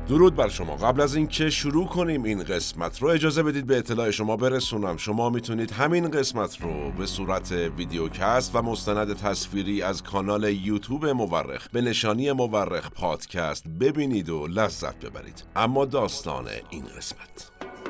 درود بر شما. قبل از اینکه شروع کنیم این قسمت رو اجازه بدید به اطلاع شما برسونم. شما میتونید همین قسمت رو به صورت ویدیوکست و مستند تصویری از کانال یوتیوب مورخ به نشانی مورخ پادکست ببینید و لذت ببرید. اما داستان این قسمت: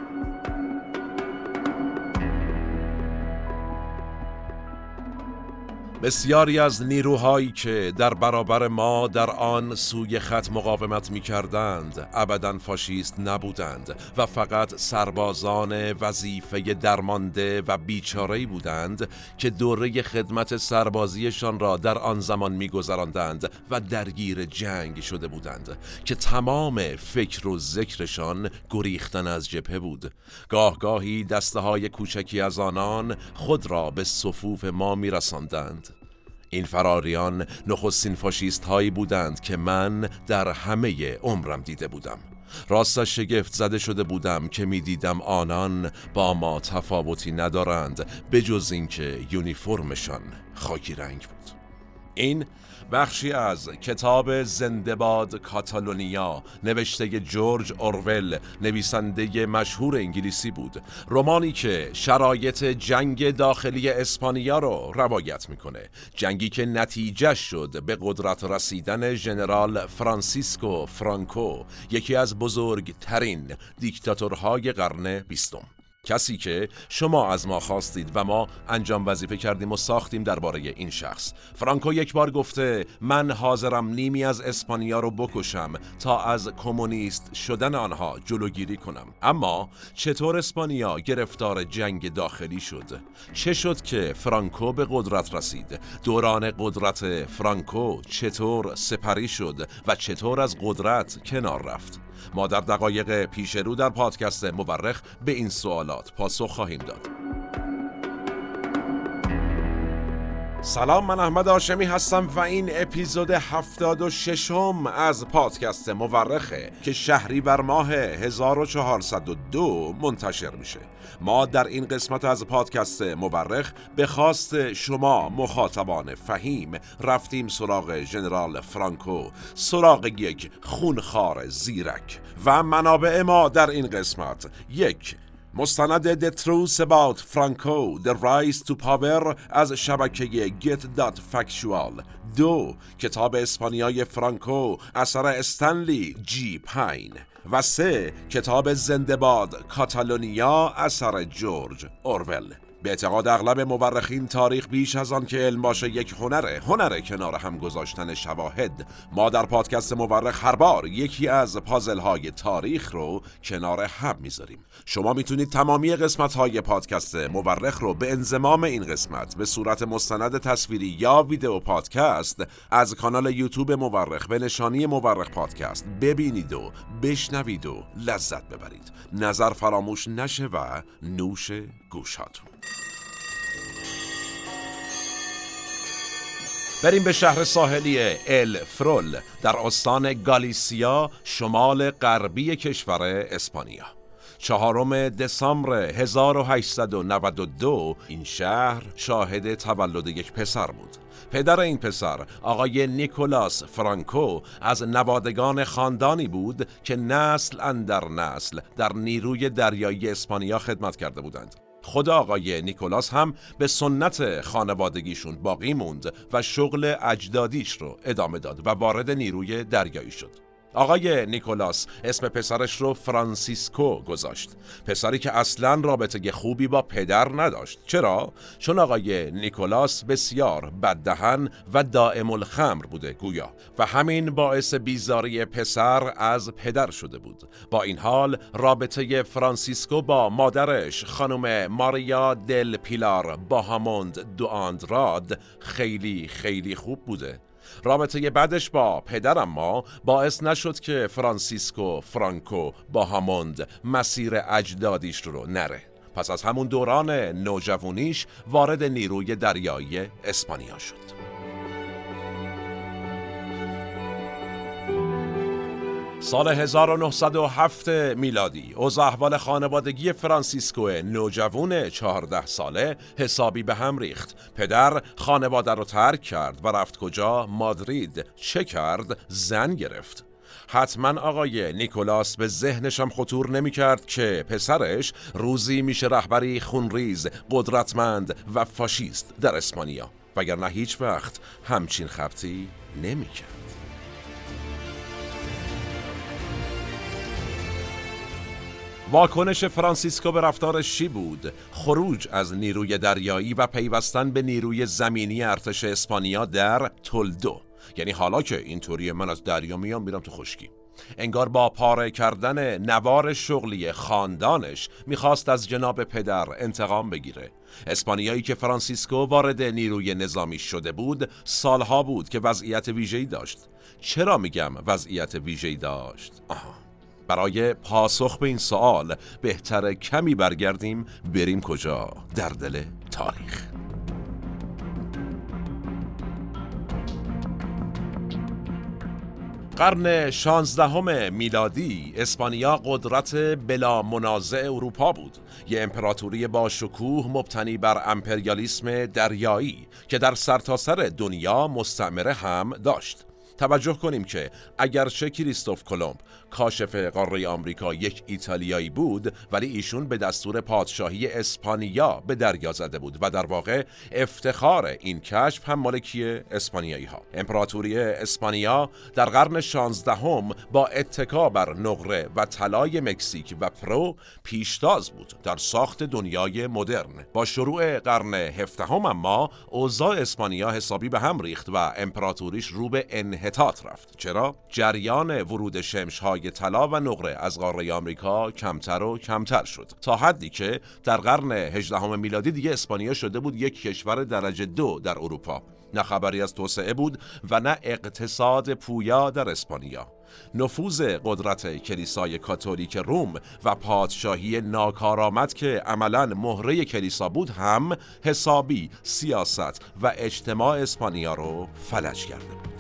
بسیاری از نیروهایی که در برابر ما در آن سوی خط مقاومت می کردند ابداً فاشیست نبودند و فقط سربازان وظیفه درمانده و بیچاره‌ای بودند که دوره خدمت سربازیشان را در آن زمان می گذراندند و درگیر جنگ شده بودند که تمام فکر و ذکرشان گریختن از جبهه بود. گاهی دسته‌های کوچکی از آنان خود را به صفوف ما می رساندند. این فراریان نخستین فاشیست هایی بودند که من در همه عمرم دیده بودم. راستش شگفت زده شده بودم که می دیدم آنان با ما تفاوتی ندارند به جز اینکه یونیفرمشان خاکی رنگ بود. این بخشی از کتاب زنده باد کاتالونیا نوشته جورج اورول، نویسنده مشهور انگلیسی بود. رمانی که شرایط جنگ داخلی اسپانیا رو روایت میکنه، جنگی که نتیجه شد به قدرت رسیدن ژنرال فرانسیسکو فرانکو، یکی از بزرگترین دیکتاتورهای قرن 20. کسی که شما از ما خواستید و ما انجام وظیفه کردیم و ساختیم درباره این شخص. فرانکو یک بار گفته من حاضرم نیمی از اسپانیا رو بکشم تا از کمونیست شدن آنها جلوگیری کنم. اما چطور اسپانیا گرفتار جنگ داخلی شد؟ چه شد که فرانکو به قدرت رسید؟ دوران قدرت فرانکو چطور سپری شد و چطور از قدرت کنار رفت؟ ما در دقایق پیش رو در پادکست مورخ به این سوالات پاسخ خواهیم داد. سلام، من احمد هاشمی هستم و این اپیزود 76 از پادکست مورخه که شهریور ماه 1402 منتشر میشه. ما در این قسمت از پادکست مورخ به خواست شما مخاطبان فهیم رفتیم سراغ ژنرال فرانکو، سراغ یک خونخوار زیرک. و منابع ما در این قسمت: 1. مستند The Truth About Franco The Rise to Power از شبکه Get.Factual. 2. کتاب اسپانیای فرانکو اثر استنلی جی پاین. و 3. کتاب زنده باد کاتالونیا اثر جورج اورول. به اعتقاد اغلب مورخین تاریخ بیش از آن که علم باشه یک هنره کنار هم گذاشتن شواهد. ما در پادکست مورخ هر بار یکی از پازل‌های تاریخ رو کنار هم میذاریم. شما میتونید تمامی قسمت‌های پادکست مورخ رو به انضمام این قسمت به صورت مستند تصویری یا ویدیو پادکست از کانال یوتیوب مورخ به نشانی مورخ پادکست ببینید و بشنوید و لذت ببرید. نظر فراموش نشه و نوش گوشاتون. بریم به شهر ساحلی ال فرول در استان گالیسیا شمال غربی کشور اسپانیا. 4 دسامبر 1892 این شهر شاهد تولد یک پسر بود. پدر این پسر آقای نیکولاس فرانکو از نوادگان خاندانی بود که نسل اندر نسل در نیروی دریایی اسپانیا خدمت کرده بودند. خود آقای نیکولاس هم به سنت خانوادگیشون باقی موند و شغل اجدادیش رو ادامه داد و وارد نیروی دریایی شد. آقای نیکولاس اسم پسرش رو فرانسیسکو گذاشت، پسری که اصلاً رابطه خوبی با پدر نداشت. چرا؟ چون آقای نیکولاس بسیار بددهن و دائم الخمر بوده گویا و همین باعث بیزاری پسر از پدر شده بود. با این حال رابطه فرانسیسکو با مادرش خانم ماریا دل پیلار باهاموند دو آندراد خیلی خوب بوده. رابطه بعدش با پدر اما باعث نشد که فرانسیسکو فرانکو باهاموند مسیر اجدادیش رو نره. پس از همون دوران نوجوانیش وارد نیروی دریایی اسپانیا شد. سال 1907 میلادی اوضاع احوال خانوادگی فرانسیسکو نوجوان 14 ساله حسابی به هم ریخت. پدر خانواده رو ترک کرد و رفت کجا؟ مادرید. چه کرد؟ زن گرفت. حتما آقای نیکولاس به ذهنشم خطور نمی کرد که پسرش روزی میشه رهبری خونریز، قدرتمند و فاشیست در اسپانیا، وگرنه هیچ وقت همچین خبطی نمی کرد. واکنش فرانسیسکو به رفتارش چی بود؟ خروج از نیروی دریایی و پیوستن به نیروی زمینی ارتش اسپانیا در تولدو. یعنی حالا که اینطوری من از دریا میرم تو خشکی. انگار با پاره کردن نوار شغلی خاندانش میخواست از جناب پدر انتقام بگیره. اسپانیایی که فرانسیسکو وارد نیروی نظامی شده بود، سالها بود که وضعیت ویژه‌ای داشت. چرا میگم وضعیت ویژه‌ای داشت؟ برای پاسخ به این سوال بهتره کمی برگردیم، بریم کجا؟ در دل تاریخ. قرن 16 میلادی اسپانیا قدرت بلا منازع اروپا بود. یه امپراتوری با شکوه مبتنی بر امپریالیسم دریایی که در سرتاسر دنیا مستعمره هم داشت. توجه کنیم که اگرچه کریستوف کلمب کاشف قاره آمریکا یک ایتالیایی بود، ولی ایشون به دستور پادشاهی اسپانیا به دریا زده بود و در واقع افتخار این کشف هم مالکی اسپانیایی ها. امپراتوری اسپانیا در قرن 16 با اتکا بر نقره و طلای مکزیک و پرو پیشتاز بود در ساخت دنیای مدرن. با شروع قرن 17 اما اوضاع اسپانیا حسابی به هم ریخت و امپراتوریش رو به انحطاط رفت. چرا؟ جریان ورود شمش‌های طلا و نقره از قاره آمریکا کمتر و کمتر شد، تا حدی که در قرن 18 میلادی دیگه اسپانیا شده بود یک کشور درجه 2 در اروپا. نه خبری از توسعه بود و نه اقتصاد پویا در اسپانیا. نفوذ قدرت کلیسای کاتولیک روم و پادشاهی ناکارآمد که عملاً مهره کلیسا بود هم حسابی سیاست و اجتماع اسپانیا رو فلج کرده بود.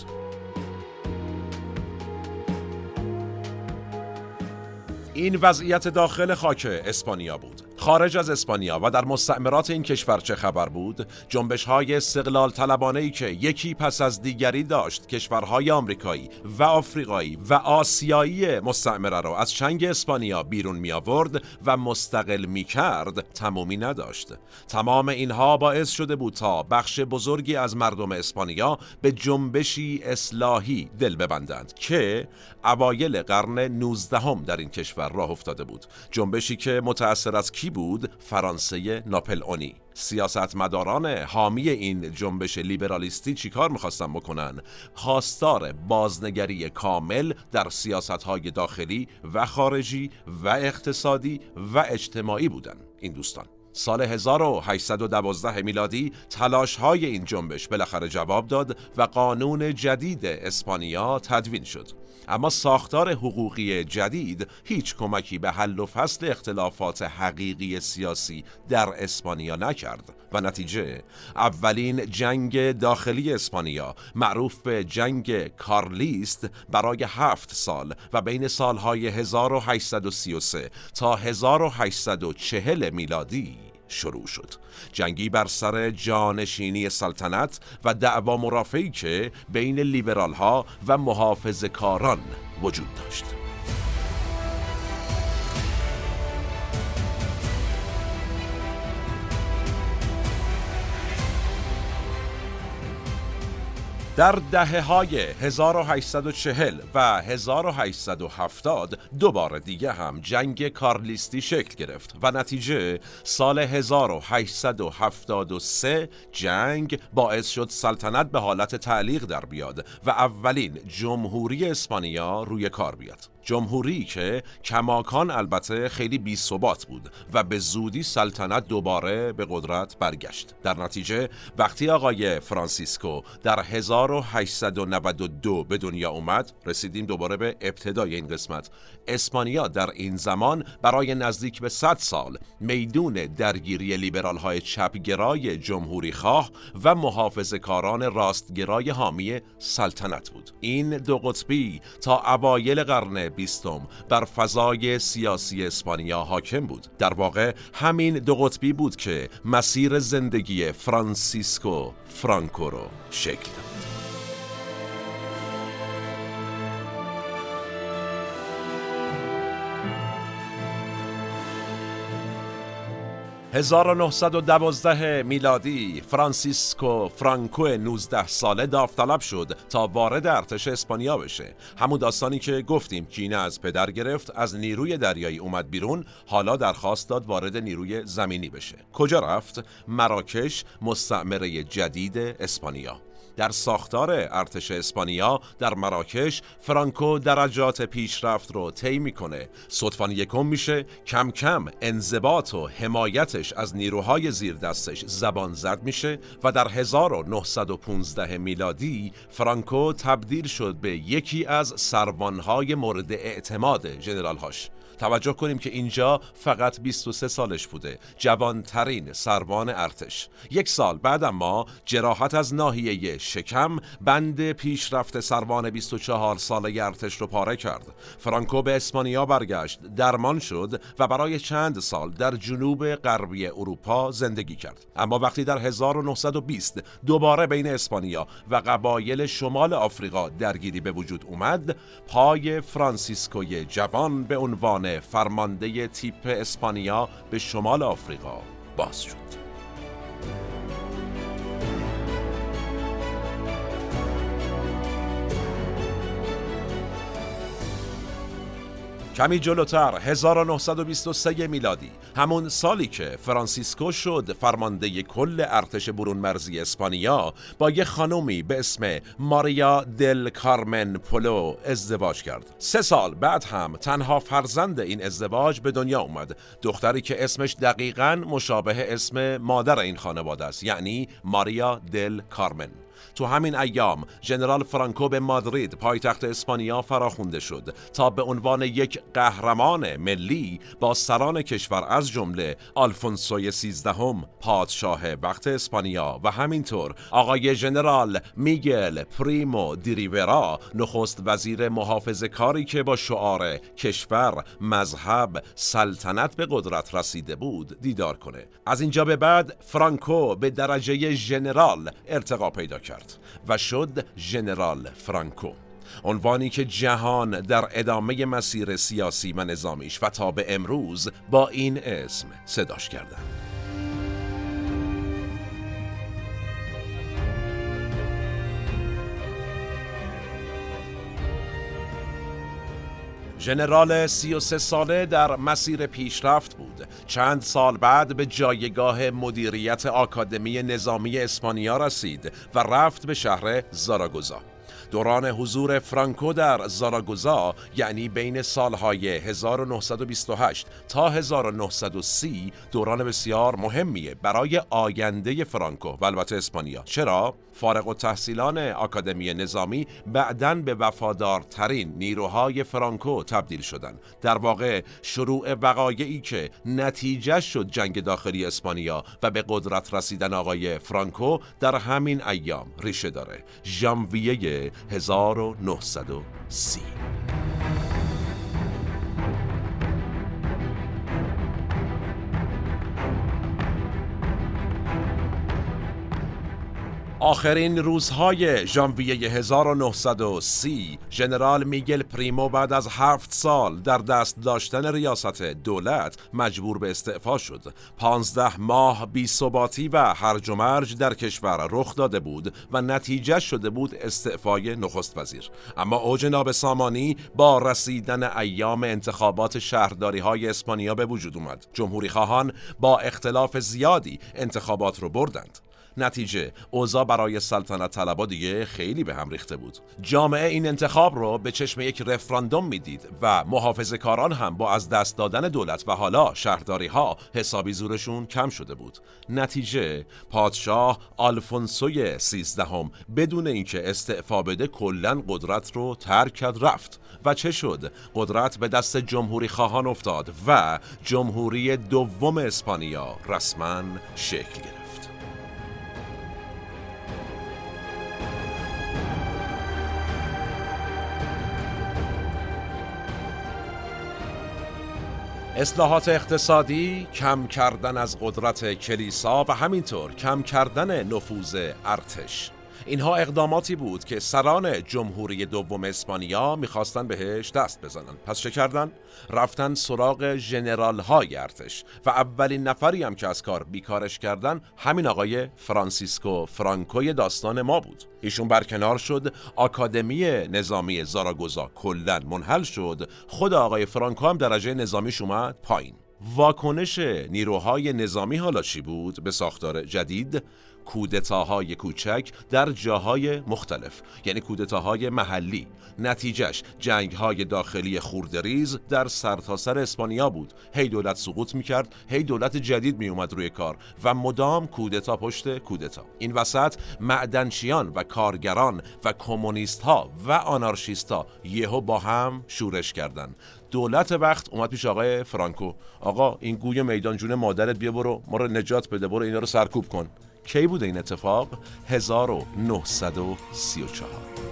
این وضعیت داخل خاک اسپانیا بود. خارج از اسپانیا و در مستعمرات این کشور چه خبر بود؟ جنبش‌های استقلال طلبانه‌ای که یکی پس از دیگری داشت کشورهای آمریکایی و آفریقایی و آسیایی مستعمره را از چنگ اسپانیا بیرون می آورد و مستقل می کرد، تمومی نداشت. تمام اینها باعث شده بود تا بخش بزرگی از مردم اسپانیا به جنبشی اصلاحی دل ببندند که اوایل قرن 19 در این کشور راه افتاده بود. جنبشی که متأثر از کی بود؟ فرانسه ناپلئونی. سیاستمداران حامی این جنبش لیبرالیستی چیکار می‌خواستن بکنن؟ خواستار بازنگری کامل در سیاست‌های داخلی و خارجی و اقتصادی و اجتماعی بودن این دوستان. سال 1812 میلادی تلاش‌های این جنبش بالاخره جواب داد و قانون جدید اسپانیا تدوین شد. اما ساختار حقوقی جدید هیچ کمکی به حل و فصل اختلافات حقیقی سیاسی در اسپانیا نکرد و نتیجه اولین جنگ داخلی اسپانیا معروف به جنگ کارلیست برای 7 سال و بین سالهای 1833 تا 1840 میلادی شروع شد. جنگی بر سر جانشینی سلطنت و دعوا مرافعی که بین لیبرال ها و محافظه‌کاران وجود داشت. در دهه‌های 1840 و 1870 دوباره دیگه هم جنگ کارلیستی شکل گرفت و نتیجه سال 1873 جنگ باعث شد سلطنت به حالت تعلیق در بیاد و اولین جمهوری اسپانیا روی کار بیاد. جمهوری که کماکان البته خیلی بی‌ثبات بود و به زودی سلطنت دوباره به قدرت برگشت. در نتیجه وقتی آقای فرانسیسکو در 1892 به دنیا اومد، رسیدیم دوباره به ابتدای این قسمت، اسپانیا در این زمان برای نزدیک به 100 سال میدون درگیری لیبرال های چپگرای جمهوری خواه و محافظه‌کاران راستگرای حامی سلطنت بود. این دو قطبی تا اوایل قرن 20 بر فضای سیاسی اسپانیا حاکم بود. در واقع همین دو قطبی بود که مسیر زندگی فرانسیسکو فرانکو رو شکل داد. 1912 میلادی فرانسیسکو فرانکو 19 ساله داوطلب شد تا وارد ارتش اسپانیا بشه. همون داستانی که گفتیم کینه از پدر گرفت، از نیروی دریایی اومد بیرون، حالا درخواست داد وارد نیروی زمینی بشه. کجا رفت؟ مراکش، مستعمره جدید اسپانیا. در ساختار ارتش اسپانیا در مراکش فرانکو درجات پیشرفت رو طی میکنه. صدفاً یکم میشه، کم کم انضباط و حمایتش از نیروهای زیر دستش زبان زد میشه و در 1915 میلادی فرانکو تبدیل شد به یکی از سروانهای مورد اعتماد ژنرال‌هاش. توجه کنیم که اینجا فقط 23 سالش بوده، جوانترین سروان ارتش. یک سال بعد اما جراحت از ناحیه شکم بند پیشرفت سروان 24 ساله ارتش رو پاره کرد. فرانکو به اسپانیا برگشت، درمان شد و برای چند سال در جنوب غربی اروپا زندگی کرد. اما وقتی در 1920 دوباره بین اسپانیا و قبایل شمال آفریقا درگیری به وجود اومد، پای فرانسیسکوی جوان به عنوان فرمانده تیپ اسپانیا به شمال آفریقا باز شد. کمی جلوتر 1923 میلادی، همون سالی که فرانسیسکو شد فرمانده کل ارتش برون مرزی اسپانیا، با یه خانومی به اسم ماریا دل کارمن پولو ازدواج کرد. 3 سال بعد هم تنها فرزند این ازدواج به دنیا اومد، دختری که اسمش دقیقاً مشابه اسم مادر این خانواده است، یعنی ماریا دل کارمن. تو همین ایام ژنرال فرانکو به مادرید پایتخت اسپانیا فراخوانده شد تا به عنوان یک قهرمان ملی با سران کشور از جمله آلفونسوی 13 پادشاه وقت اسپانیا و همینطور آقای ژنرال میگل پریمو دی ریورا نخست وزیر محافظه کاری که با شعار کشور، مذهب، سلطنت به قدرت رسیده بود دیدار کنه. از اینجا به بعد فرانکو به درجه ژنرال ارتقا پیدا کرد و شد ژنرال فرانکو، عنوانی که جهان در ادامه مسیر سیاسی و نظامیش و تا به امروز با این اسم صداش کردند. ژنرال 33 ساله در مسیر پیشرفت بود. چند سال بعد به جایگاه مدیریت آکادمی نظامی اسپانیا رسید و رفت به شهر زاراگوزا. دوران حضور فرانکو در زاراگوزا، یعنی بین سالهای 1928 تا 1930، دوران بسیار مهمیه برای آینده فرانکو و البته اسپانیا. چرا؟ فارغ التحصیلان آکادمی نظامی بعداً به وفادارترین نیروهای فرانکو تبدیل شدند. در واقع شروع وقایعی که نتیجه شد جنگ داخلی اسپانیا و به قدرت رسیدن آقای فرانکو در همین ایام ریشه داره. ژانویه 1930. آخرین روزهای ژانویه 1930 ژنرال میگل پریمو بعد از 7 سال در دست داشتن ریاست دولت مجبور به استعفا شد. 15 ماه بی‌ثباتی و هرج و مرج در کشور رخ داده بود و نتیجه شده بود استعفای نخست وزیر. اما اوج نابسامانی با رسیدن ایام انتخابات شهرداری‌های اسپانیا به وجود اومد. جمهوری خواهان با اختلاف زیادی انتخابات رو بردند. نتیجه اوضاع برای سلطنت طلبها دیگه خیلی به هم ریخته بود. جامعه این انتخاب رو به چشم یک رفراندوم میدید و محافظه‌کاران هم با از دست دادن دولت و حالا شهرداری ها حسابی زورشون کم شده بود. نتیجه پادشاه آلفونسوی 13 بدون اینکه استعفا بده کلاً قدرت رو ترک کرد رفت. و چه شد؟ قدرت به دست جمهوری خواهان افتاد و جمهوری دوم اسپانیا رسما شکل گرفت. اصلاحات اقتصادی، کم کردن از قدرت کلیسا و همینطور کم کردن نفوذ ارتش. اینها اقداماتی بود که سران جمهوری دوم اسپانیا میخواستن بهش دست بزنن. پس چه کردن؟ رفتن سراغ ژنرال های ارتش و اولین نفری هم که از کار بیکارش کردن همین آقای فرانسیسکو فرانکوی داستان ما بود. ایشون برکنار شد، آکادمی نظامی زاراگوزا کلاً منحل شد، خود آقای فرانکو هم درجه نظامیش اومد پایین. واکنش نیروهای نظامی حالا چی بود به ساختار جدید؟ کودتاهای کوچک در جاهای مختلف، یعنی کودتاهای محلی. نتیجهش جنگهای داخلی خوردریز در سرتاسر اسپانیا بود. هی دولت سقوط میکرد، هی دولت جدید میومد روی کار و مدام کودتا پشت کودتا. این وسط معدنچیان و کارگران و کمونیست ها و آنارشیست ها یهو با هم شورش کردن. دولت وقت اومد پیش آقای فرانکو، آقا این گوی میدان جون مادرت بیا برو ما رو نجات بده، برو اینا رو سرکوب کن. کی بوده این اتفاق؟ 1934.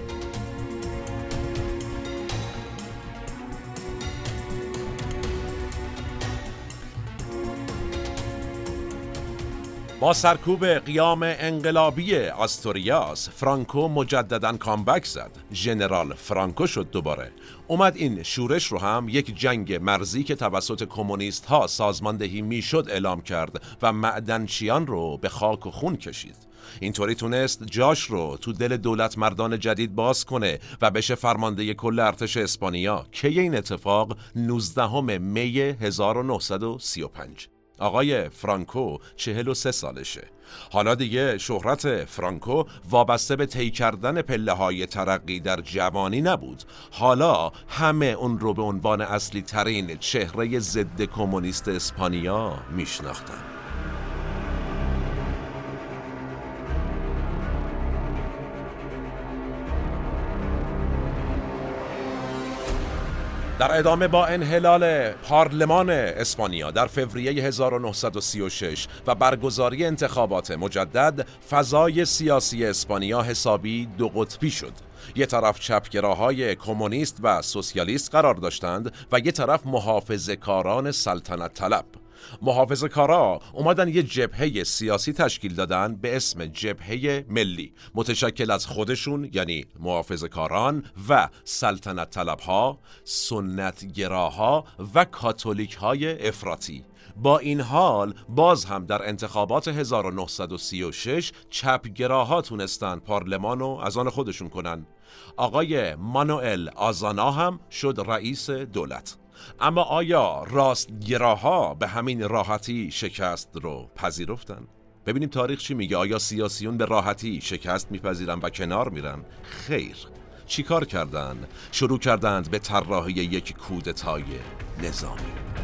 با سرکوب قیام انقلابی آستوریاس، فرانکو مجدداً کامبک زد. ژنرال فرانکو شد دوباره. اومد این شورش رو هم یک جنگ مرزی که توسط کمونیست ها سازماندهی میشد اعلام کرد و معدنچیان رو به خاک و خون کشید. اینطوری تونست جاش رو تو دل دولت مردان جدید باز کنه و بشه فرمانده کل ارتش اسپانیا. کی این اتفاق؟ 19 می 1935. آقای فرانکو 43 سالشه. حالا دیگه شهرت فرانکو وابسته به طی کردن پله‌های ترقی در جوانی نبود. حالا همه اون رو به عنوان اصلی ترین چهره ضد کمونیست اسپانیا میشناختن. در ادامه با انحلال پارلمان اسپانیا در فوریه 1936 و برگزاری انتخابات مجدد، فضای سیاسی اسپانیا حسابی دو قطبی شد. یه طرف چپگراهای کمونیست و سوسیالیست قرار داشتند و یه طرف محافظه‌کاران سلطنت طلب. محافظه‌کارا اومدن یه جبهه سیاسی تشکیل دادن به اسم جبهه ملی، متشکل از خودشون یعنی محافظه‌کاران و سلطنت طلبها، سنتگراها و کاتولیک‌های افراطی. با این حال باز هم در انتخابات 1936 چپگراها تونستن پارلمانو از آن خودشون کنن. آقای مانوئل آزانا هم شد رئیس دولت. اما آیا راستگراها به همین راحتی شکست رو پذیرفتن؟ ببینیم تاریخ چی میگه. آیا سیاسیون به راحتی شکست میپذیرن و کنار میرن؟ خیر. چی کار کردن؟ شروع کردند به طراحی یک کودتای نظامی.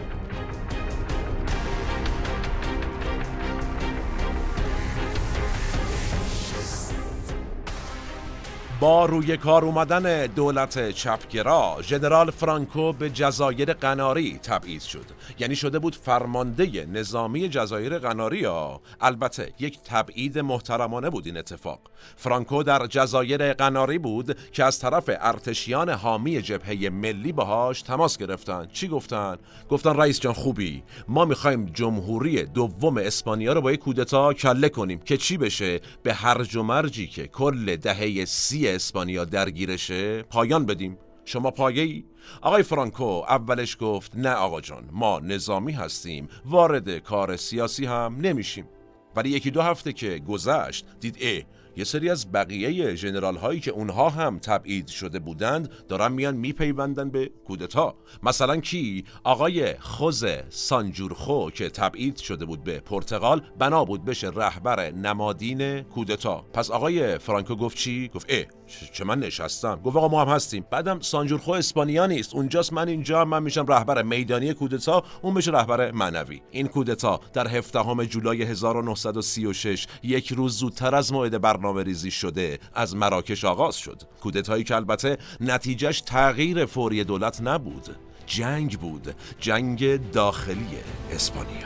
با روی کار اومدن دولت چپگرا، ژنرال فرانکو به جزایر قناری تبعید شد. یعنی شده بود فرمانده نظامی جزایر قناری ها. البته یک تبعید محترمانه بود این اتفاق. فرانکو در جزایر قناری بود که از طرف ارتشیان حامی جبهه ملی باهاش تماس گرفتن. چی گفتن؟ گفتن رئیس جان خوبی، ما میخوایم جمهوری دوم اسپانیا رو با یک کودتا کله کنیم که چی بشه؟ به هرج و مرجی که کل دهه 30 اسپانیا درگیرشه پایان بدیم. شما پایه‌ای؟ آقای فرانکو اولش گفت نه آقا جان، ما نظامی هستیم، وارد کار سیاسی هم نمیشیم. ولی یکی دو هفته که گذشت دید یه سری از بقیه ژنرال هایی که اونها هم تبعید شده بودند دارن میان میپیوندن به کودتا. مثلا کی؟ آقای خوزه سانجورخو که تبعید شده بود به پرتغال، بنا بود بشه رهبر نمادین کودتا. پس آقای فرانکو گفت چی؟ گفت چه من نشستم؟ گفت آقا ما هم هستیم. بعدم سانجورخو اسپانیا نیست، اونجاست، من اینجا، من میشم رهبر میدانی کودتا، اون بشه رهبر معنوی. این کودتا در 17 جولای 1936 یک روز زودتر از موعد برنامه ریزی شده از مراکش آغاز شد. کودتایی که البته نتیجهش تغییر فوری دولت نبود، جنگ بود، جنگ داخلی اسپانیا.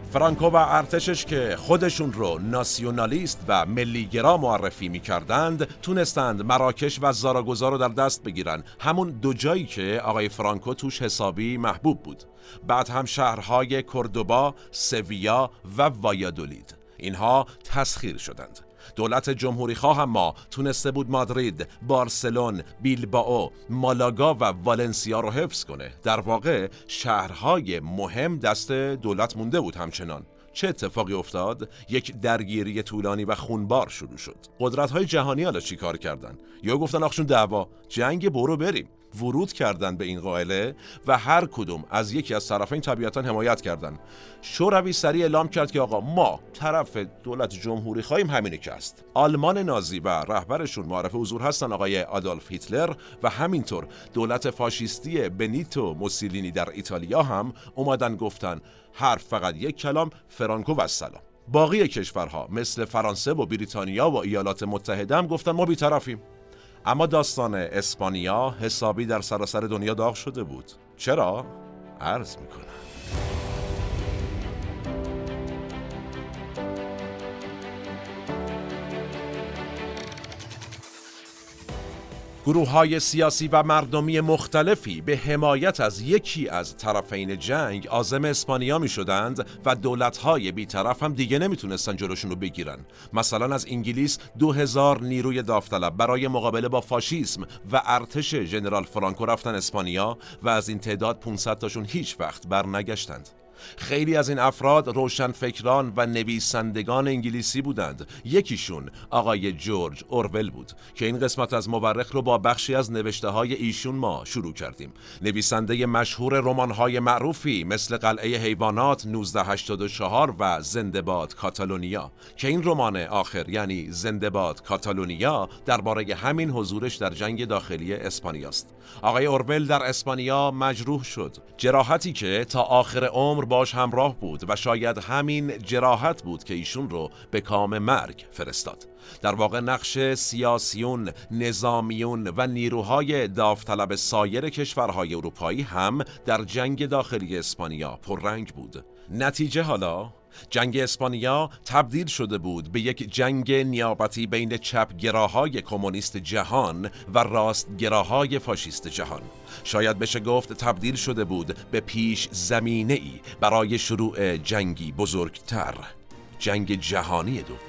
فرانکو و ارتشش که خودشون رو ناسیونالیست و ملیگرا معرفی می‌کردند، تونستند مراکش و زاراگوزا رو در دست بگیرن، همون دو جایی که آقای فرانکو توش حسابی محبوب بود. بعد هم شهرهای کردوبا، سویا و وایادولید. اینها تسخیر شدند. دولت جمهوری‌خواه اما تونسته بود مادرید، بارسلون، بیلبائو، مالاگا و والنسیا رو حفظ کنه. در واقع شهرهای مهم دست دولت مونده بود همچنان. چه اتفاقی افتاد؟ یک درگیری طولانی و خونبار شروع شد. قدرت‌های جهانی حالا چی کار کردن؟ یا گفتن آخشون دعوا، جنگ برو بریم. ورود کردن به این قائله و هر کدوم از یکی از طرفین طبیعتاً حمایت کردن. شوروی سریع اعلام کرد که آقا ما طرف دولت جمهوری خواهیم، همینه که است. آلمان نازی و رهبرشون معرف حضور هستن آقای آدولف هیتلر و همینطور دولت فاشیستی بنیتو موسولینی در ایتالیا هم اومدن گفتن حرف فقط یک کلام، فرانکو و السلام. باقی کشورها مثل فرانسه و بریتانیا و ایالات متحده هم گفتن ما بی‌طرفیم. اما داستان اسپانیا حسابی در سراسر دنیا داغ شده بود. چرا؟ عرض میکنم. گروه‌های سیاسی و مردمی مختلفی به حمایت از یکی از طرفین جنگ عازم اسپانیا می‌شدند و دولت‌های بی‌طرف هم دیگه نمیتونستن جلوشون رو بگیرن. مثلا از انگلیس 2000 نیروی داوطلب برای مقابله با فاشیسم و ارتش ژنرال فرانکو رفتن اسپانیا و از این تعداد 500 تاشون هیچ وقت برنگشتند. خیلی از این افراد روشنفکران و نویسندگان انگلیسی بودند. یکیشون آقای جورج اورول بود که این قسمت از مورخ رو با بخشی از نوشته‌های ایشون ما شروع کردیم. نویسنده مشهور رمان‌های معروفی مثل قلعه حیوانات 1984 و زنده باد کاتالونیا که این رمان آخر یعنی زنده باد کاتالونیا درباره همین حضورش در جنگ داخلی اسپانیاست. آقای اورول در اسپانیا مجروح شد، جراحتی که تا آخر عمر باش همراه بود و شاید همین جراحت بود که ایشون رو به کام مرگ فرستاد. در واقع نقش سیاسیون، نظامیون و نیروهای داوطلب سایر کشورهای اروپایی هم در جنگ داخلی اسپانیا پررنگ بود. نتیجه حالا جنگ اسپانیا تبدیل شده بود به یک جنگ نیابتی بین چپگراهای کمونیست جهان و راستگراهای فاشیست جهان. شاید بشه گفت تبدیل شده بود به پیش زمینه‌ای برای شروع جنگی بزرگتر، جنگ جهانی دوم.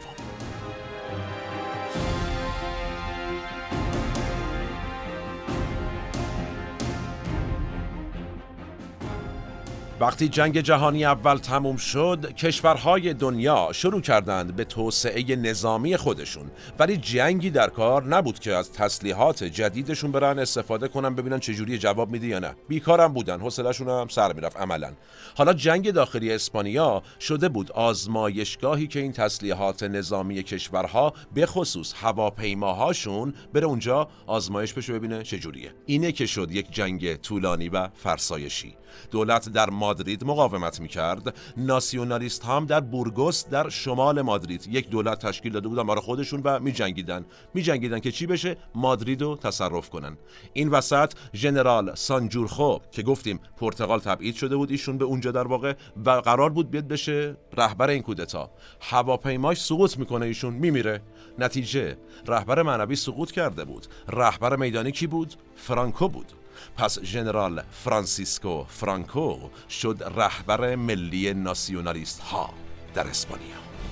وقتی جنگ جهانی اول تموم شد، کشورهای دنیا شروع کردند به توسعه نظامی خودشون، ولی جنگی در کار نبود که از تسلیحات جدیدشون برن استفاده کنن ببینن چجوری جواب میده یا نه. بیکارم بودن، حوصله‌شون هم سر میرفت عملاً. حالا جنگ داخلی اسپانیا شده بود آزمایشگاهی که این تسلیحات نظامی کشورها به خصوص هواپیماهاشون بره اونجا آزمایش بشه ببینه چجوریه. اینه که شد یک جنگ طولانی و فرسایشی. دولت در مادرید مقاومت میکرد، ناسیونالیست هم در بورگوس در شمال مادرید یک دولت تشکیل داده بودن برای خودشون و میجنگیدن که چی بشه؟ مادرید رو تصرف کنن. این وسط ژنرال سانجورخو که گفتیم پرتغال تبعید شده بود ایشون به اونجا در واقع و قرار بود بیاد بشه رهبر این کودتا، هواپیماش سقوط میکنه، ایشون میمیره. نتیجه رهبر معنوی سقوط کرده بود، رهبر میدانی کی بود؟ فرانکو بود. پس ژنرال فرانسیسکو فرانکو شد رهبر ملی ناسیونالیست ها در اسپانیا.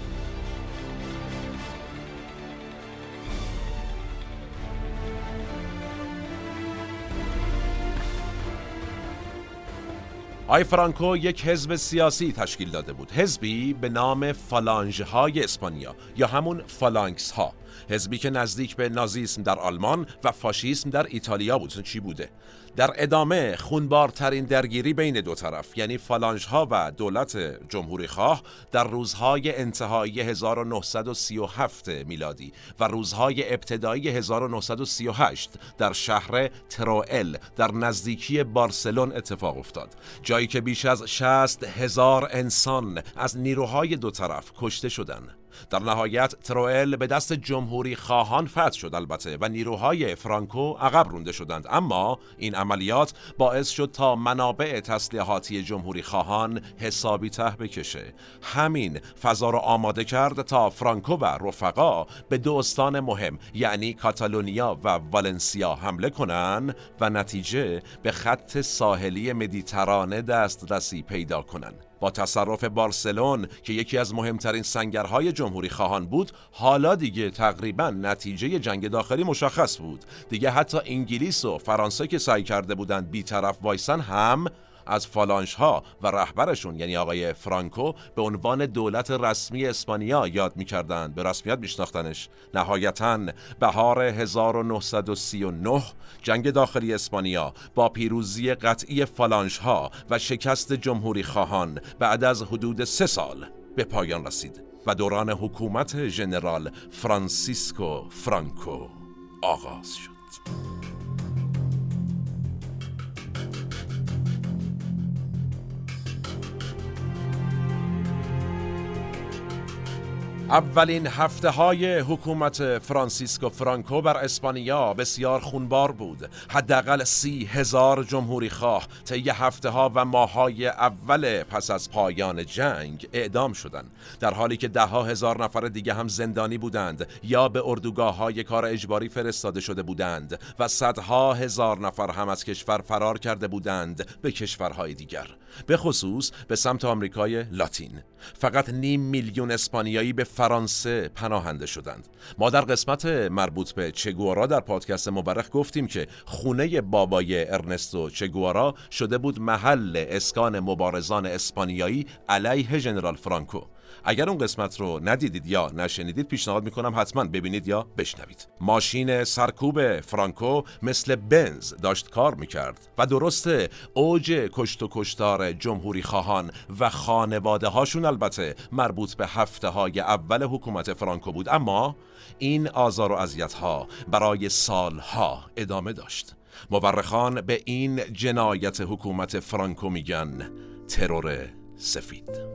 آقای فرانکو یک حزب سیاسی تشکیل داده بود، حزبی به نام فالانژ های اسپانیا یا همون فالانکس ها، حزبی که نزدیک به نازیسم در آلمان و فاشیسم در ایتالیا بود. چی بوده؟ در ادامه خونبارترین درگیری بین دو طرف یعنی فالانژ ها و دولت جمهوری خواه در روزهای انتهایی 1937 میلادی و روزهای ابتدایی 1938 در شهر تروئل در نزدیکی بارسلون اتفاق افتاد، جایی که بیش از 60,000 انسان از نیروهای دو طرف کشته شدند. در نهایت تروئل به دست جمهوری خواهان فتح شد البته و نیروهای فرانکو عقب رونده شدند، اما این عملیات باعث شد تا منابع تسلیحاتی جمهوری خواهان حسابی ته بکشه. همین فضا را آماده کرد تا فرانکو و رفقا به دو استان مهم یعنی کاتالونیا و والنسیا حمله کنند و نتیجه به خط ساحلی مدیترانه دسترسی پیدا کنند. با تصرف بارسلون که یکی از مهمترین سنگرهای جمهوری خواهان بود، حالا دیگه تقریبا نتیجه جنگ داخلی مشخص بود. دیگه حتی انگلیس و فرانسه که سعی کرده بودند بی‌طرف وایسن هم از فالانژها و رهبرشون یعنی آقای فرانکو به عنوان دولت رسمی اسپانیا یاد می‌کردند، به رسمیت میشناختنش. نهایتاً بهار 1939 جنگ داخلی اسپانیا با پیروزی قطعی فالانژها و شکست جمهوری خواهان بعد از حدود 3 سال به پایان رسید و دوران حکومت ژنرال فرانسیسکو فرانکو آغاز شد. اولین هفته‌های حکومت فرانسیسکو فرانکو بر اسپانیا بسیار خونبار بود. حداقل 30,000 جمهوری خواه طی هفته‌ها و ماه‌های اول پس از پایان جنگ اعدام شدند، در حالی که 10,000 نفر دیگه هم زندانی بودند یا به اردوگاه‌های کار اجباری فرستاده شده بودند و صدها هزار نفر هم از کشور فرار کرده بودند به کشورهای دیگر، به خصوص به سمت آمریکای لاتین. فقط 500,000 اسپانیایی به فرانسه پناهنده شدند. ما در قسمت مربوط به چگوارا در پادکست مورخ گفتیم که خونه بابای ارنستو چگوارا شده بود محل اسکان مبارزان اسپانیایی علیه ژنرال فرانکو. اگر اون قسمت رو ندیدید یا نشنیدید پیشنهاد میکنم حتما ببینید یا بشنوید. ماشین سرکوب فرانکو مثل بنز داشت کار میکرد و درسته اوج کشت و کشتار جمهوری خواهان و خانواده هاشون البته مربوط به هفته‌های اول حکومت فرانکو بود، اما این آزار و اذیت‌ها برای سالها ادامه داشت. مورخان به این جنایت حکومت فرانکو میگن ترور سفید.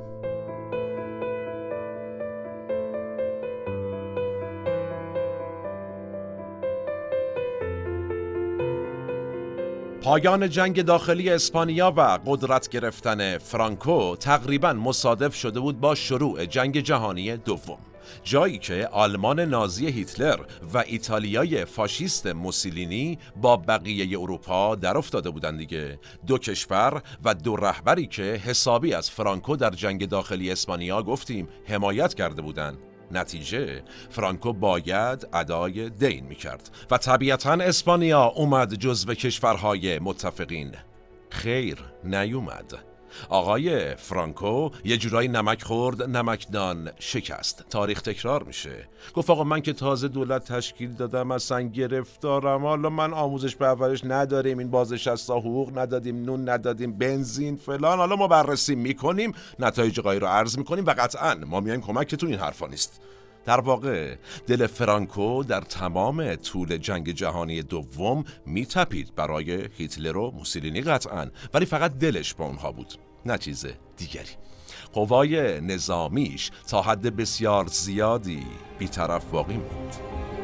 پایان جنگ داخلی اسپانیا و قدرت گرفتن فرانکو تقریباً مصادف شده بود با شروع جنگ جهانی دوم، جایی که آلمان نازی هیتلر و ایتالیای فاشیست موسولینی با بقیه اروپا در افتاده بودند دیگه. دو کشور و دو رهبری که حسابی از فرانکو در جنگ داخلی اسپانیا گفتیم حمایت کرده بودند. نتیجه فرانکو باید ادای دین میکرد و طبیعتاً اسپانیا اومد جزو کشورهای متفقین. خیر نیومد. آقای فرانکو یه جورایی نمک خورد نمکدان شکست. تاریخ تکرار میشه. گفت آقا من که تازه دولت تشکیل دادم اصلا گرفتارم، حالا من آموزش پرورش نداریم، این بازنشستا حقوق ندادیم، نون ندادیم، بنزین فلان، حالا ما بررسی میکنیم، نتایج قایی رو عرض میکنیم و قطعاً ما میایم کمکتون. این حرفا نیست. در واقع دل فرانکو در تمام طول جنگ جهانی دوم میتپید برای هیتلر و موسولینی قطعاً، ولی فقط دلش با اونها بود، نه چیز دیگری. قوای نظامیش تا حد بسیار زیادی بی‌طرف باقی موند.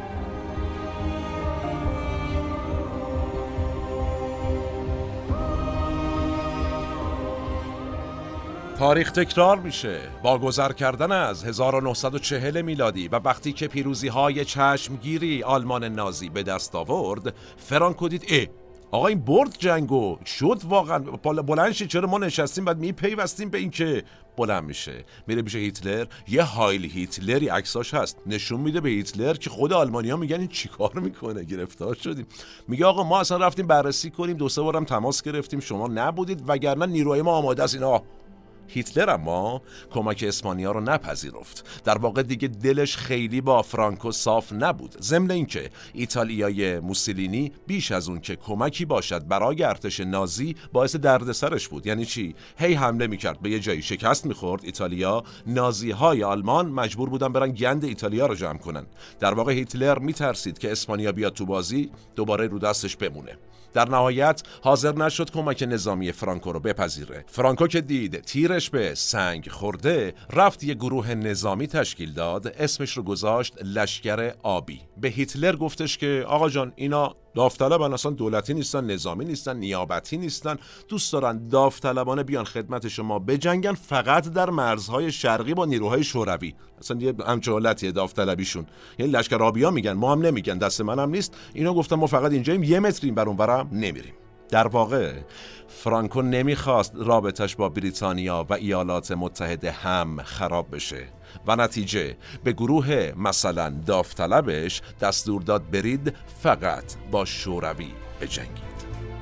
تاریخ تکرار میشه. با گذر کردن از 1940 میلادی و وقتی که پیروزی‌های چشمگیری آلمان نازی به دست آورد، فرانکو دید آقا این برد جنگو، شد واقعا بلند شه، چرا ما نشستیم بعد میپیوستیم به این که بلند میشه. میره پیش هیتلر، یه هایل هیتلری عکساش هست، نشون میده به هیتلر که خود آلمانی‌ها میگن این چیکار میکنه، گرفتار شدیم. میگه آقا ما اصلا رفتیم بررسی کنیم، 2-3 بارم تماس گرفتیم، شما نبودید، وگرنه نیروهای ما آماده است. اینا هیتلر اما کمک اسپانیا رو نپذیرفت. در واقع دیگه دلش خیلی با فرانکو صاف نبود. ضمن اینکه ایتالیای موسولینی بیش از اون که کمکی باشد برای ارتش نازی باعث دردسرش بود. یعنی چی؟ هی حمله میکرد، به یه جایی شکست میخورد ایتالیا، نازی‌های آلمان مجبور بودن برن گند ایتالیا رو جمع کنن. در واقع هیتلر میترسید که اسپانیا بیاد تو بازی دوباره رو دستش بمونه. در نهایت حاضر نشد کمک نظامی فرانکو رو بپذیره. فرانکو که دید تیر دلش به سنگ خورده رفت یه گروه نظامی تشکیل داد، اسمش رو گذاشت لشکر آبی. به هیتلر گفتش که آقا جان اینا داوطلبن، اصلا دولتی نیستن، نظامی نیستن، نیابتی نیستن، دوست دارن داوطلبانه بیان خدمت شما بجنگن، فقط در مرزهای شرقی با نیروهای شوروی. اصلا یه همچه حالتیه داوطلبیشون. یعنی لشکر آبیا میگن، ما هم نمیگن، دست منم نیست. اینا گفتن ما فقط اینجاییم، 1 متر این ور اون ورم نمیریم. در واقع فرانکو نمیخواست رابطش با بریتانیا و ایالات متحده هم خراب بشه و نتیجه به گروه مثلا داوطلبش دستور داد برید فقط با شوروی بجنگید.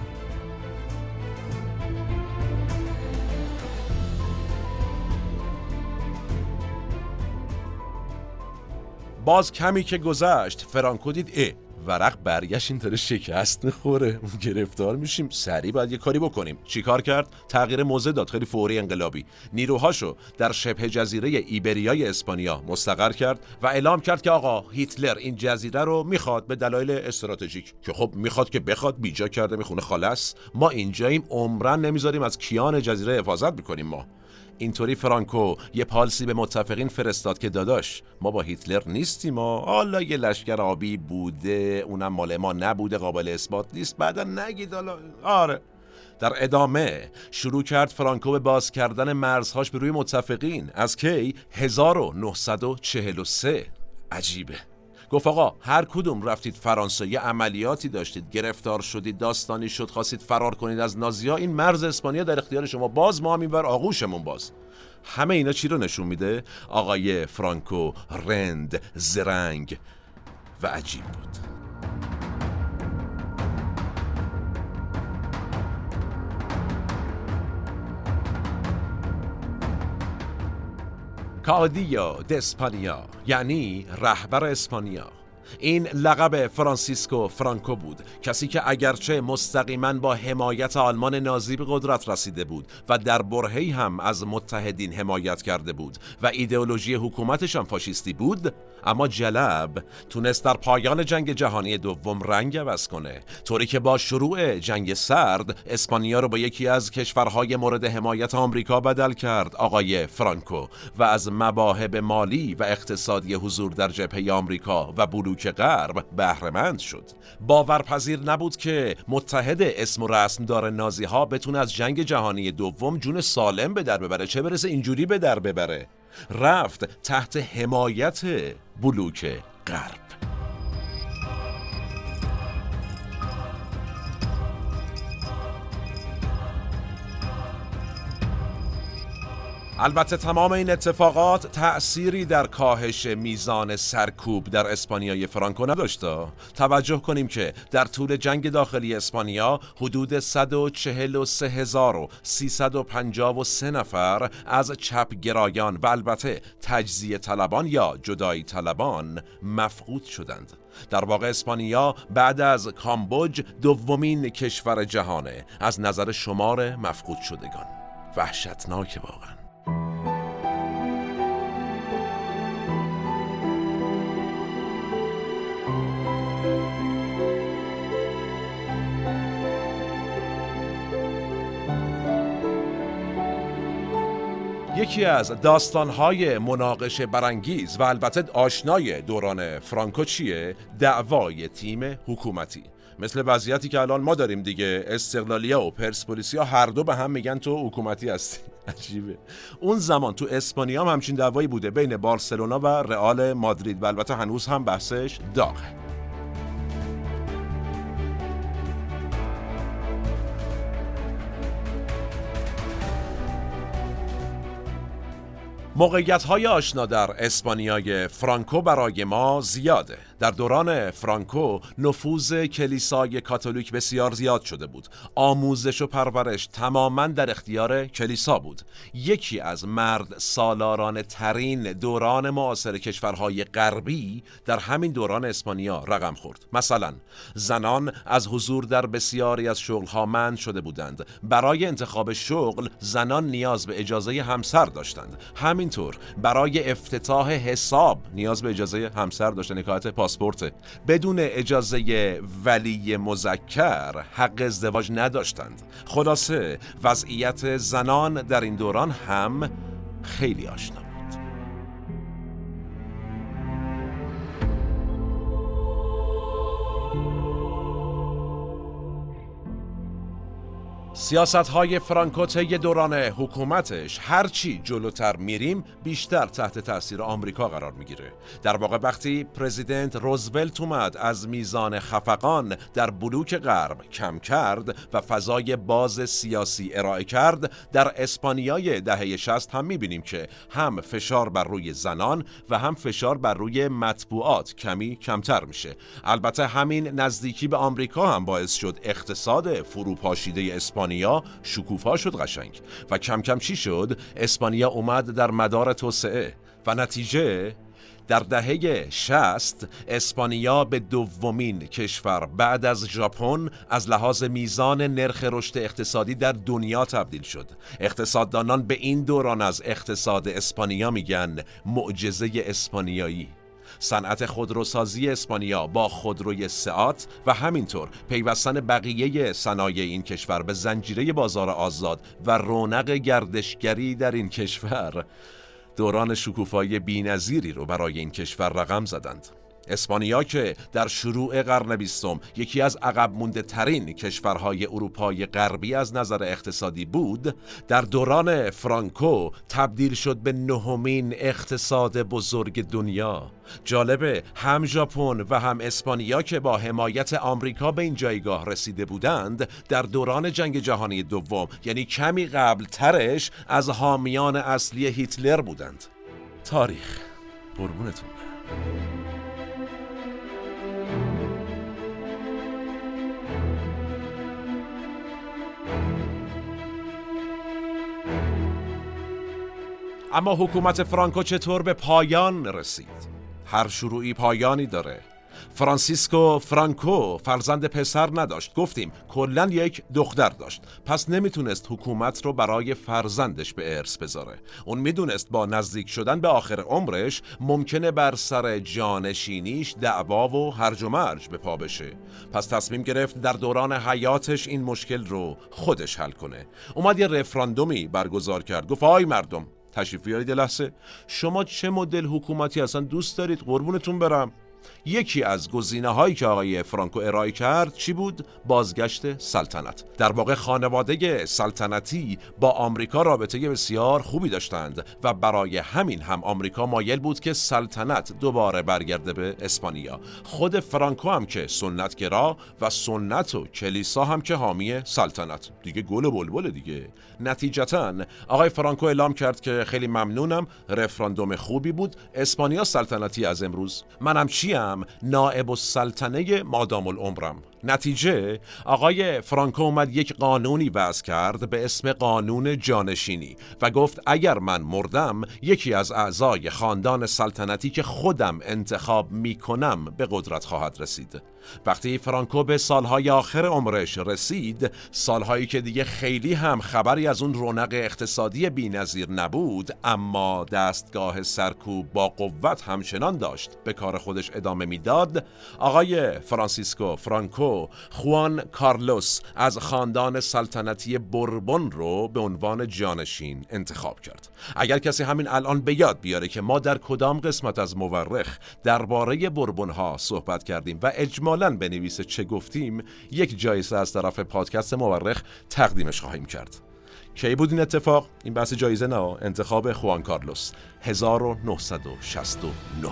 باز کمی که گذشت فرانکو دید ورق برگشت اینطوری شکست میخوره، گرفتار میشیم، سریع باید یه کاری بکنیم. چی کار کرد؟ تغییر موضع داد، خیلی فوری انقلابی. نیروهاشو در شبه جزیره ایبریای اسپانیا مستقر کرد و اعلام کرد که آقا هیتلر این جزیره رو میخواد به دلایل استراتژیک، که خب میخواد که بخواد، بیجا کرده میخونه خالص، ما اینجاییم، عمرن نمیذاریم از کیان جزیره حفاظت میکنیم ما. اینطوری فرانکو یه پالسی به متفقین فرستاد که داداش ما با هیتلر نیستیم، ما حالا یه لشکر آبی بوده، اونم مال ما نبوده، قابل اثبات نیست، بعدا نگید حالا. آره. در ادامه شروع کرد فرانکو به باز کردن مرزهاش به روی متفقین. از کی؟ 1943. عجیبه. گفت آقا هر کدوم رفتید فرانسه، یه عملیاتی داشتید، گرفتار شدید، داستانی شد، خواستید فرار کنید از نازی‌ها، این مرز اسپانیا در اختیار شما، باز ما هم اینور آغوشمون باز. همه اینا چی رو نشون میده؟ آقای فرانکو رند، زرنگ و عجیب بود. کادیو د اسپانیا یعنی رهبر اسپانیا. این لقب فرانسیسکو فرانکو بود، کسی که اگرچه مستقیما با حمایت آلمان نازی به قدرت رسیده بود و در برهه‌ای هم از متحدین حمایت کرده بود و ایدئولوژی حکومتش هم فاشیستی بود، اما جلب تونست در پایان جنگ جهانی دوم رنگ عوض کنه، طوری که با شروع جنگ سرد اسپانیا رو با یکی از کشورهای مورد حمایت آمریکا بدل کرد آقای فرانکو و از مواهب مالی و اقتصادی حضور در جبهه آمریکا و بلوک غرب بهره‌مند شد. باورپذیر نبود که متحد اسم و رسم دار نازی ها بتونه از جنگ جهانی دوم جون سالم به در ببره، چه برسه اینجوری به در ببره. رفت تحت حمایت بلوک غرب. البته تمام این اتفاقات تأثیری در کاهش میزان سرکوب در اسپانیای فرانکو نداشت. توجه کنیم که در طول جنگ داخلی اسپانیا حدود 143,353 نفر از چپگرایان و البته تجزیه طلبان یا جدایی طلبان مفقود شدند. در واقع اسپانیا بعد از کامبوج دومین کشور جهانه از نظر شمار مفقود شدگان. وحشتناک واقعا. یکی از داستان‌های مناقشه برانگیز و البته آشنای دوران فرانکو چیه؟ دعوای تیم حکومتی. مثل وضعیتی که الان ما داریم دیگه، استقلالیا و پرسپولیسیا هر دو به هم میگن تو حکومتی هستی. عجیبه. اون زمان تو اسپانیا هم همچین دعوایی بوده بین بارسلونا و رئال مادرید و البته هنوز هم بحثش داغه. موقعیت‌های آشنا در اسپانیای فرانکو برای ما زیاده. در دوران فرانکو نفوذ کلیسای کاتولیک بسیار زیاد شده بود. آموزش و پرورش تماماً در اختیار کلیسا بود. یکی از مرد سالاران ترین دوران معاصر کشورهای غربی در همین دوران اسپانیا رقم خورد. مثلا زنان از حضور در بسیاری از شغل‌ها منع شده بودند. برای انتخاب شغل زنان نیاز به اجازه همسر داشتند. همین همینطور برای افتتاح حساب نیاز به اجازه همسر داشتن، نکاحت پاسپورت. بدون اجازه ولی مذکر حق ازدواج نداشتند. خلاصه وضعیت زنان در این دوران هم خیلی آشنا بود. سیاست‌های فرانکو طی دوران حکومتش هرچی جلوتر میریم بیشتر تحت تأثیر آمریکا قرار میگیره. در واقع وقتی پرزیدنت روزولت اومد از میزان خفقان در بلوک غرب کم کرد و فضای باز سیاسی ارائه کرد، در اسپانیای دهه 60 هم میبینیم که هم فشار بر روی زنان و هم فشار بر روی مطبوعات کمی کمتر میشه. البته همین نزدیکی به آمریکا هم باعث شد اقتصاد فروپاشیده اسپانیا شکوفا شد قشنگ و کم کم چی شد؟ اسپانیا اومد در مدار توسعه و نتیجه در دهه 60 اسپانیا به دومین کشور بعد از ژاپن از لحاظ میزان نرخ رشد اقتصادی در دنیا تبدیل شد. اقتصاددانان به این دوران از اقتصاد اسپانیا میگن معجزه اسپانیایی. صنعت خودروسازی اسپانیا با خودروی سئات و همینطور پیوستن بقیه صنایع این کشور به زنجیره بازار آزاد و رونق گردشگری در این کشور دوران شکوفایی بی‌نظیری رو برای این کشور رقم زدند. اسپانیا که در شروع قرن 20 یکی از عقب مونده ترین کشورهای اروپای غربی از نظر اقتصادی بود، در دوران فرانکو تبدیل شد به نهمین اقتصاد بزرگ دنیا. جالبه هم ژاپن و هم اسپانیا که با حمایت آمریکا به این جایگاه رسیده بودند، در دوران جنگ جهانی دوم یعنی کمی قبل ترش از حامیان اصلی هیتلر بودند. تاریخ قربونتون. اما حکومت فرانکو چطور به پایان رسید؟ هر شروعی پایانی داره. فرانسیسکو فرانکو فرزند پسر نداشت، گفتیم کلاً یک دختر داشت، پس نمیتونست حکومت رو برای فرزندش به ارث بذاره. اون میدونست با نزدیک شدن به آخر عمرش ممکنه بر سر جانشینیش دعوا و هرج و مرج به پا بشه. پس تصمیم گرفت در دوران حیاتش این مشکل رو خودش حل کنه. اومد یه رفراندومی برگزار کرد، گفت آی مردم تشریف بیارید لحظه، شما چه مدل حکومتی اصلا دوست دارید؟ قربونتون برم. یکی از گزینه‌هایی که آقای فرانکو ارائه کرد چی بود؟ بازگشت سلطنت. در واقع خانواده سلطنتی با آمریکا رابطه بسیار خوبی داشتند و برای همین هم آمریکا مایل بود که سلطنت دوباره برگرده به اسپانیا. خود فرانکو هم که سنتگرا و سنت و کلیسا هم که حامی سلطنت، دیگه گل و بلبل دیگه. نتیجتاً آقای فرانکو اعلام کرد که خیلی ممنونم، رفراندوم خوبی بود، اسپانیا سلطنتی از امروز، منم چیم؟ نائب السلطنه مادام العمرم. نتیجه آقای فرانکو اومد یک قانونی وضع کرد به اسم قانون جانشینی و گفت اگر من مردم یکی از اعضای خاندان سلطنتی که خودم انتخاب میکنم به قدرت خواهد رسید. وقتی فرانکو به سالهای آخر عمرش رسید، سالهایی که دیگه خیلی هم خبری از اون رونق اقتصادی بی‌نظیر نبود، اما دستگاه سرکوب با قوت همچنان داشت به کار خودش ادامه میداد، آقای فرانسیسکو فرانکو خوان کارلوس از خاندان سلطنتی بوربون رو به عنوان جانشین انتخاب کرد. اگر کسی همین الان به یاد بیاره که ما در کدام قسمت از مورخ درباره بوربون ها صحبت کردیم و اجمالاً بنویسه چه گفتیم، یک جایزه از طرف پادکست مورخ تقدیمش خواهیم کرد. کی بود این اتفاق؟ این بحث جایزه نه، انتخاب خوان کارلوس 1969.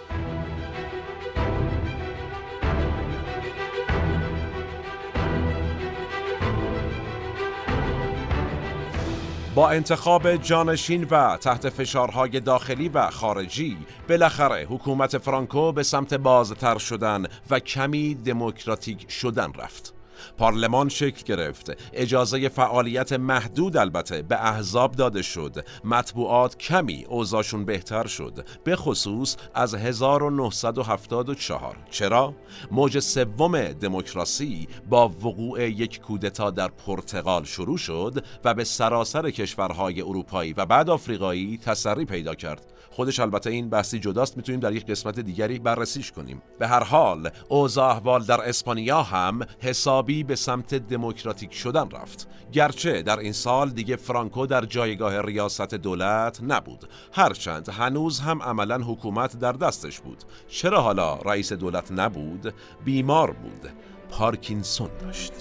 با انتخاب جانشین و تحت فشارهای داخلی و خارجی، بالاخره حکومت فرانکو به سمت بازتر شدن و کمی دموکراتیک شدن رفت. پارلمان شکل گرفت، اجازه فعالیت محدود البته به احزاب داده شد، مطبوعات کمی اوضاعشون بهتر شد، به خصوص از 1974. چرا؟ موج سوم دموکراسی با وقوع یک کودتا در پرتغال شروع شد و به سراسر کشورهای اروپایی و بعد آفریقایی تسری پیدا کرد. خودش البته این بحثی جداست، میتونیم در یک قسمت دیگری بررسیش کنیم. به هر حال اوضاع احوال در اسپانیا هم حسابی به سمت دموکراتیک شدن رفت، گرچه در این سال دیگه فرانکو در جایگاه ریاست دولت نبود، هرچند هنوز هم عملاً حکومت در دستش بود. چرا حالا رئیس دولت نبود؟ بیمار بود، پارکینسون داشت.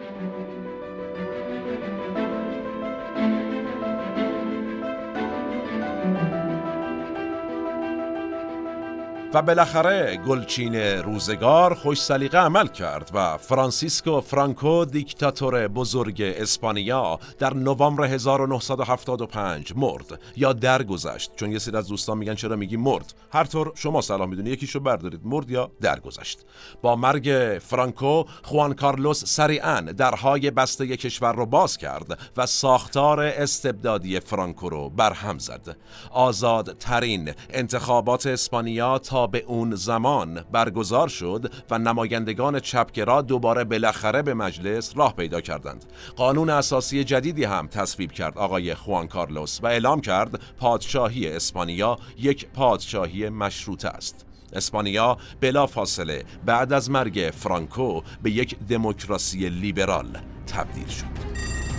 و بالاخره گلچین روزگار خوش سلیقه عمل کرد و فرانسیسکو فرانکو، دیکتاتور بزرگ اسپانیا، در نوامبر 1975 مرد یا درگذشت، چون یه سری از دوستان میگن چرا میگی مرد. هر طور شما صلاح میدونی، یکیشو بردارید، مرد یا درگذشت. با مرگ فرانکو، خوان کارلوس سریعاً درهای بسته کشور رو باز کرد و ساختار استبدادی فرانکو رو برهم زد. آزادترین انتخابات اسپانیا تا به اون زمان برگزار شد و نمایندگان چپگرا دوباره بالاخره به مجلس راه پیدا کردند. قانون اساسی جدیدی هم تصویب کرد آقای خوان کارلوس و اعلام کرد پادشاهی اسپانیا یک پادشاهی مشروطه است. اسپانیا بلا فاصله بعد از مرگ فرانکو به یک دموکراسی لیبرال تبدیل شد.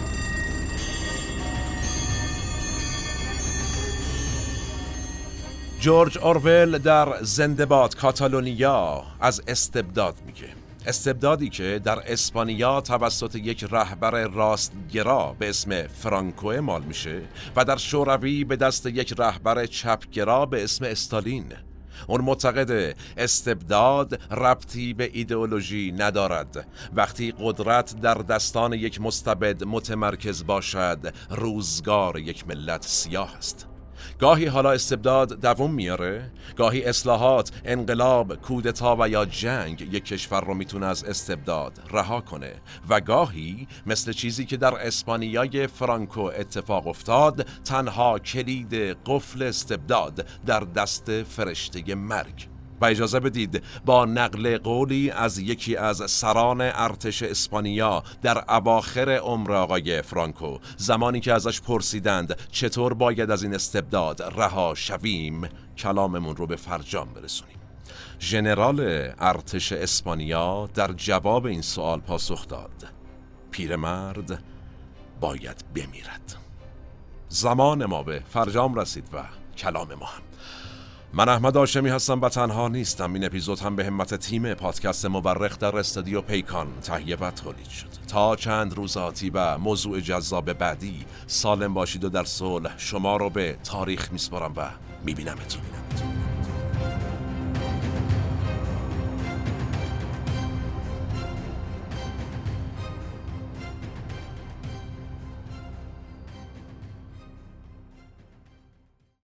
جورج اورول در زنده باد کاتالونیا از استبداد میگه. استبدادی که در اسپانیا توسط یک رهبر راستگرا به اسم فرانکو اعمال میشه و در شوروی به دست یک رهبر چپگرا به اسم استالین. اون معتقد استبداد ربطی به ایدئولوژی ندارد. وقتی قدرت در دستان یک مستبد متمرکز باشد، روزگار یک ملت سیاه است. گاهی حالا استبداد دوام میاره، گاهی اصلاحات، انقلاب، کودتا و یا جنگ یک کشور رو میتونه از استبداد رها کنه و گاهی مثل چیزی که در اسپانیای فرانکو اتفاق افتاد، تنها کلید قفل استبداد در دست فرشته مرگ. و اجازه بدید با نقل قولی از یکی از سران ارتش اسپانیا در اواخر عمر آقای فرانکو، زمانی که ازش پرسیدند چطور باید از این استبداد رها شویم، کلاممون رو به فرجام برسونیم. ژنرال ارتش اسپانیا در جواب این سوال پاسخ داد: پیرمرد باید بمیرد. زمان ما به فرجام رسید و کلام ما هم. من احمد هاشمی هستم و تنها نیستم. این اپیزود هم به همت تیم پادکست مورخ در استودیو پیکان تهیه و تولید شد. تا چند روز آتی و موضوع جذاب بعدی، سالم باشید و در صلح. شما رو به تاریخ میسپارم و میبینمتون.